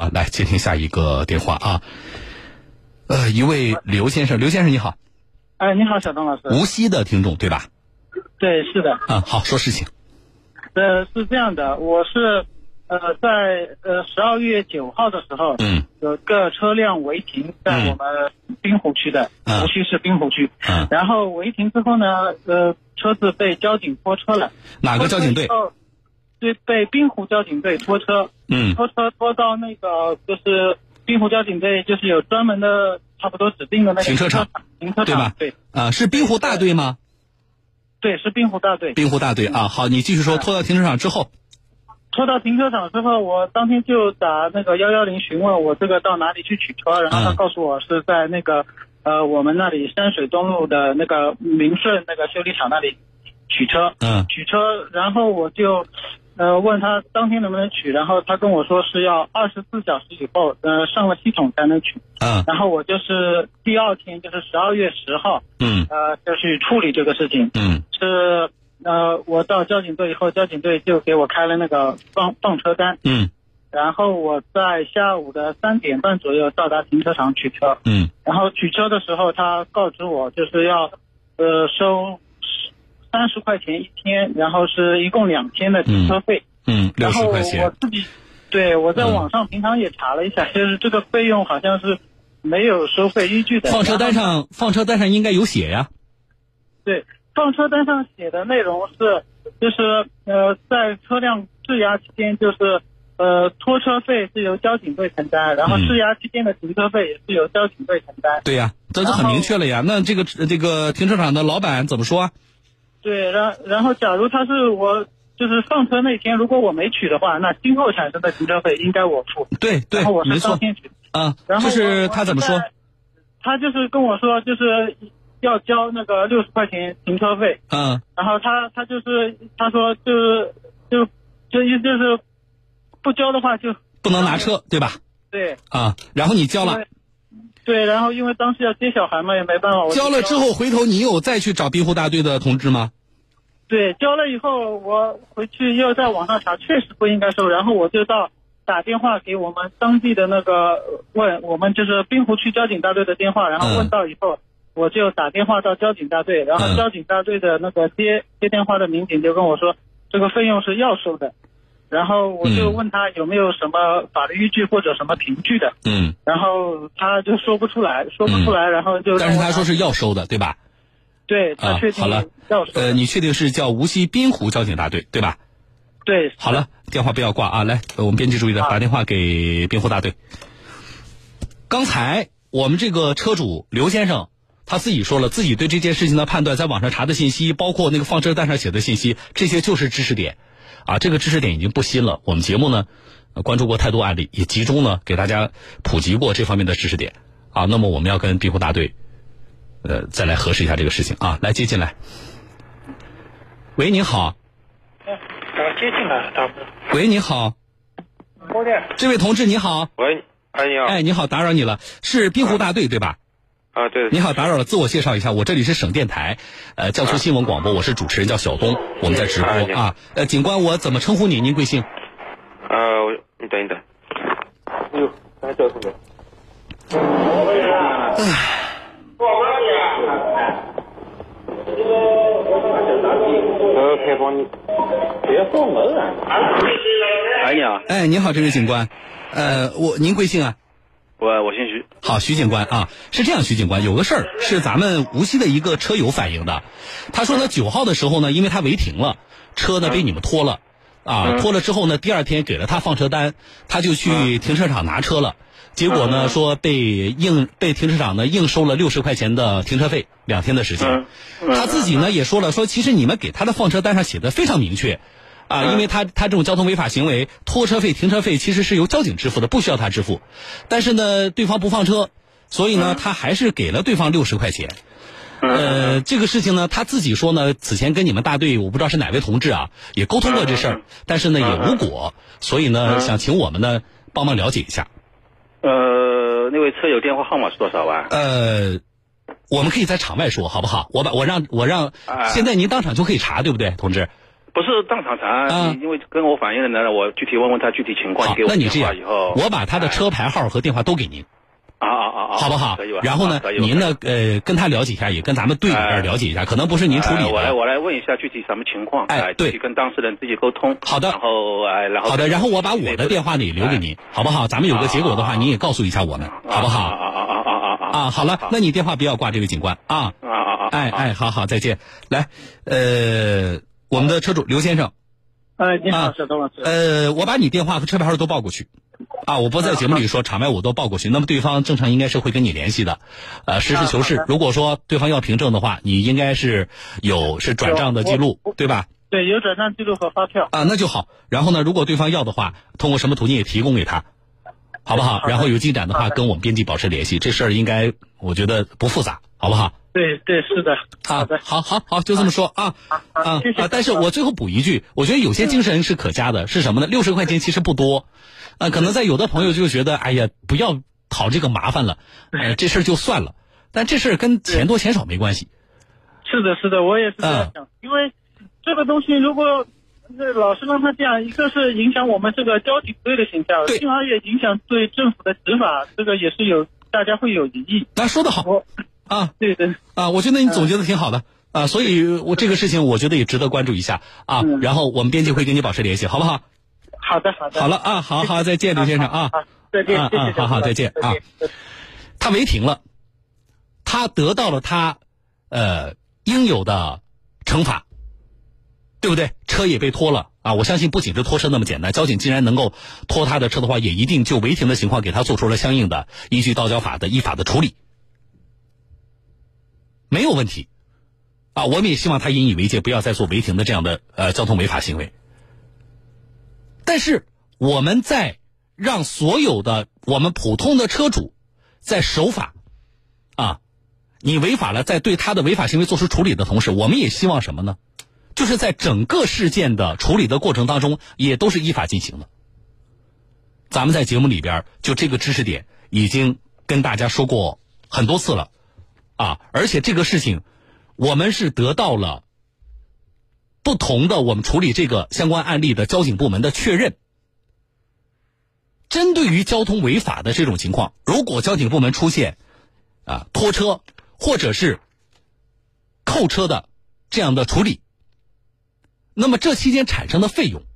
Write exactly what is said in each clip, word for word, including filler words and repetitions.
啊，来接听下一个电话啊。呃，一位刘先生，刘先生你好。 哎，你好，小东老师。 无锡的听众对吧？ 对，是的。 啊，好，说事情。 呃，是这样的，我是呃在呃十二月九号的时候， 嗯， 有个车辆违停在我们滨湖区的， 嗯、 无锡市滨湖区。 嗯， 然后违停之后呢，呃，车子被交警拖车了。 哪个交警队？ 对，被滨湖交警队拖车。 嗯， 拖车拖到那个就是滨湖交警队，就是有专门的差不多指定的那个停车场， 停车场对吧？ 对。 啊、呃，是滨湖大队吗？ 对，是滨湖大队。 滨湖大队啊，好，你继续说。拖到停车场之后， 拖到停车场之后，我当天就打那个幺幺零询问我这个到哪里去取车，然后他告诉我是在那个、嗯、呃我们那里山水东路的那个明顺那个修理厂那里取车。 嗯， 取车，然后我就呃问他当天能不能取，然后他跟我说是要二十四小时以后呃上了系统才能取。 嗯， 然后我就是第二天就是十二月十号， 嗯， 呃就去处理这个事情。 嗯， 是呃我到交警队以后，交警队就给我开了那个放放车单。 嗯， 然后我在下午的三点半左右到达停车场取车。 嗯， 然后取车的时候，他告知我就是要呃收三十块钱一天，然后是一共两天的停车费。 嗯，六十块钱。 然后我自己对我在网上平常也查了一下，嗯、就是这个费用好像是没有收费依据的。 放车单上放车单上应该有写呀。 对，放车单上写的内容是，就是呃，在车辆质押期间，就是呃拖车费是由交警队承担，然后质押期间的停车费也是由交警队承担。 对呀，这就很明确了呀。那这个这个停车场的老板怎么说啊？ 对，然然后假如他是我。就是放车那天，如果我没取的话，那今后产生的停车费应该我付。 对对， 然后我是没错。 当天取。 啊， 然后就是他怎么说？ 他就是跟我说，就是要交那个六十块钱停车费。 嗯。 然后他他就是他说就是就就意思就是不交的话就不能拿车，对吧？ 对。 啊，然后你交了。 对，然后因为当时要接小孩嘛，也没办法。我交了之后，回头你有再去找滨湖大队的同志吗？ 对，交了以后，我回去又在网上查，确实不应该收。然后我就到打电话给我们当地的那个问我们就是滨湖区交警大队的电话，然后问到以后，嗯、我就打电话到交警大队，然后交警大队的那个接接电话的民警就跟我说，这个费用是要收的。然后我就问他有没有什么法律依据或者什么凭据的， 嗯， 然后他就说不出来，说不出来，嗯、然后就但是他说是要收的，对吧？ 对，他确定、 啊、好了，呃，你确定是叫无锡滨湖交警大队对吧？ 对。 好了，电话不要挂啊！来，我们编辑注意的，打电话给滨湖大队。刚才我们这个车主刘先生他自己说了，自己对这件事情的判断，在网上查的信息，包括那个放车单上写的信息，这些就是知识点啊。这个知识点已经不新了，我们节目呢、呃、关注过太多案例，也集中呢给大家普及过这方面的知识点啊。那么我们要跟滨湖大队。呃，再来核实一下这个事情啊！来接进来。喂，你好。 哎，接进来，大哥。 喂，你好。这位同志你好。 喂，哎你好。 哎，你好，打扰你了，是滨湖大队、啊、对吧？ 啊，对。 你好，打扰了，自我介绍一下，我这里是省电台，呃，江苏新闻广播，我是主持人叫小东，我们在直播啊。啊呃，警官，我怎么称呼你？您贵姓？ 呃，你等一等。哎呦，还叫什么？ 唉。 呃，开放你，别锁门啊！哎，你好。 哎，你好，这位警官，呃，我您贵姓啊？ 我我姓徐。 好，徐警官啊，是这样，徐警官，有个事儿是咱们无锡的一个车友反映的，他说呢，九号的时候呢，因为他违停了，车呢被你们拖了，啊，拖了之后呢，第二天给了他放车单，他就去停车场拿车了。结果呢，说被硬被停车场呢硬收了六十块钱的停车费，两天的时间。他自己呢也说了，说其实你们给他的放车单上写的非常明确，啊，因为他他这种交通违法行为，拖车费、停车费其实是由交警支付的，不需要他支付。但是呢，对方不放车，所以呢，他还是给了对方六十块钱。呃，这个事情呢，他自己说呢，此前跟你们大队，我不知道是哪位同志啊，也沟通过这事儿，但是呢也无果，所以呢，想请我们呢帮忙了解一下。 呃，那位车友电话号码是多少啊？ 呃，我们可以在场外说，好不好？我把我让我让，现在您当场就可以查，对不对，同志？ 不不是当场查，啊、因为跟我反映的呢，我具体问问他具体情况。给我那你这样以后， 我把他的车牌号和电话都给您。 啊啊啊啊！ 好不好？ 可以吧？ 然后呢，您呢，呃，跟他了解一下，也跟咱们队里边了解一下，可能不是您处理的。 我来，我来问一下具体什么情况。 哎，对， 跟当事人自己沟通。 好的。 然后，哎，然后好的，然后我把我的电话呢也留给您，好不好？咱们有个结果的话，您也告诉一下我们，好不好？ 啊啊啊啊啊啊！ 啊，好了，那你电话不要挂，这位警官啊。 啊啊啊！ 哎哎，好好，再见。来，呃，我们的车主刘先生。 呃，你好，是董老师。 呃，我把你电话和车牌号都报过去。啊，我不在节目里说，场外我都报过去。那么对方正常应该是会跟你联系的，呃，实事求是。如果说对方要凭证的话，你应该是有是转账的记录，对吧？ 对，有转账记录和发票。 啊，那就好。然后呢，如果对方要的话，通过什么途径也提供给他，好不好？然后有进展的话，跟我们编辑保持联系。这事儿应该我觉得不复杂，好不好？ 对对，是的。 好的，好好好，就这么说啊啊啊！但是我最后补一句，我觉得有些精神是可嘉的，是什么呢？六十块钱其实不多。啊，可能在有的朋友就觉得，哎呀，不要讨这个麻烦了，呃，这事儿就算了。但这事儿跟钱多钱少没关系。 是的，是的，我也是这样想。嗯、因为这个东西，如果老是让他这样，一个是影响我们这个交警队的形象，进而也影响对政府的执法，这个也是有大家会有疑义。 那说得好啊， 对的啊，我觉得你总结的挺好的啊，所以我这个事情我觉得也值得关注一下啊。嗯、然后我们编辑会跟你保持联系，好不好？ 好的，好的。 好了啊，好好，再见，刘先生啊。 再见， 啊啊，好好，再见啊。他违停了，他得到了他呃应有的惩罚，对不对？车也被拖了啊！我相信不仅是拖车那么简单，交警既然能够拖他的车的话，也一定就违停的情况给他做出了相应的依据道交法的依法的处理，没有问题啊！我们也希望他引以为戒，不要再做违停的这样的呃交通违法行为。但是我们在让所有的我们普通的车主在守法啊，你违法了，在对他的违法行为做出处理的同时，我们也希望什么呢？就是在整个事件的处理的过程当中，也都是依法进行的。咱们在节目里边就这个知识点已经跟大家说过很多次了啊，而且这个事情我们是得到了不同的我们处理这个相关案例的交警部门的确认。针对于交通违法的这种情况，如果交警部门出现啊拖车或者是扣车的这样的处理，那么这期间产生的费用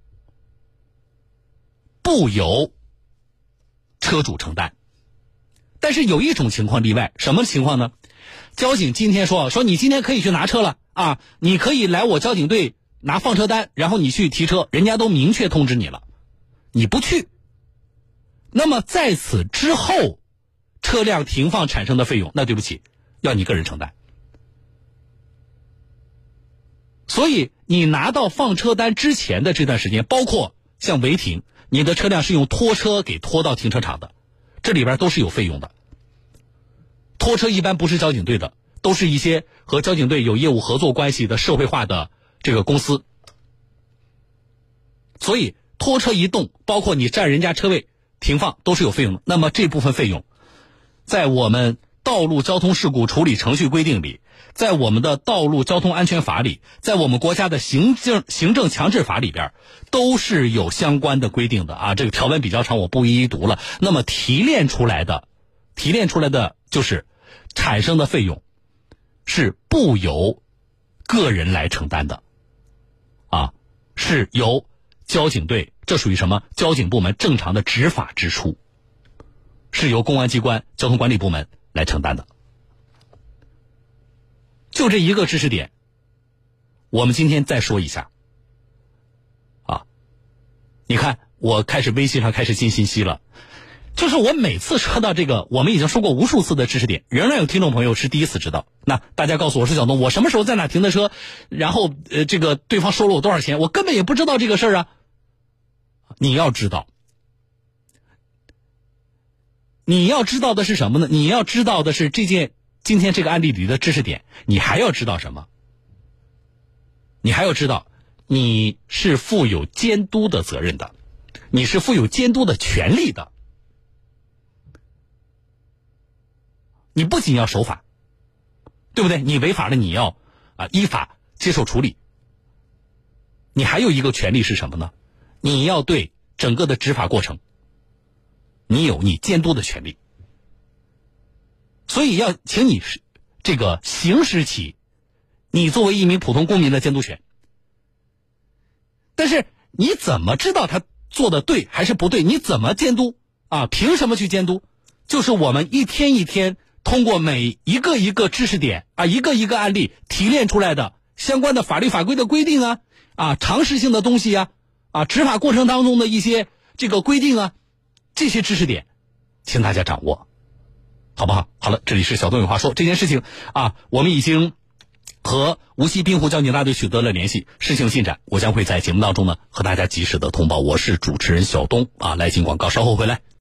不由车主承担。但是有一种情况例外，什么情况呢？交警今天说说你今天可以去拿车了啊，你可以来我交警队拿放车单，然后你去提车，人家都明确通知你了，你不去，那么在此之后车辆停放产生的费用，那对不起，要你个人承担。所以你拿到放车单之前的这段时间，包括像违停，你的车辆是用拖车给拖到停车场的，这里边都是有费用的。拖车一般不是交警队的，都是一些和交警队有业务合作关系的社会化的这个公司。所以拖车一动，包括你占人家车位停放都是有费用的。那么这部分费用在我们道路交通事故处理程序规定里，在我们的道路交通安全法里，在我们国家的行政行政强制法里边都是有相关的规定的啊。这个条文比较长，我不一一读了。那么提炼出来的提炼出来的就是产生的费用是不由个人来承担的啊，是由交警队，这属于什么？交警部门正常的执法支出，是由公安机关交通管理部门来承担的。就这一个知识点，我们今天再说一下啊。你看我开始微信上开始进信息了，就是我每次说到这个我们已经说过无数次的知识点，仍然有听众朋友是第一次知道。那大家告诉我，说小东，我什么时候在哪停的车，然后呃这个对方收了我多少钱，我根本也不知道这个事儿啊。你要知道你要知道的是什么呢？你要知道的是这件今天这个案例里的知识点，你还要知道什么？你还要知道你是负有监督的责任的，你是负有监督的权利的。你不仅要守法，对不对？你违法了，你要啊依法接受处理。 你还有一个权利是什么呢？你要对整个的执法过程，你有你监督的权利。所以要请你这个行使起你作为一名普通公民的监督权。但是你怎么知道他做的对还是不对？你怎么监督啊？凭什么去监督？就是我们一天一天通过每一个一个知识点啊，一个一个案例提炼出来的相关的法律法规的规定啊，啊，常识性的东西啊，啊，执法过程当中的一些这个规定啊，这些知识点，请大家掌握，好不好？好了，这里是小东有话说，这件事情啊，我们已经和无锡滨湖交警大队取得了联系，事情进展，我将会在节目当中呢和大家及时的通报。我是主持人小东啊，来进广告，稍后回来。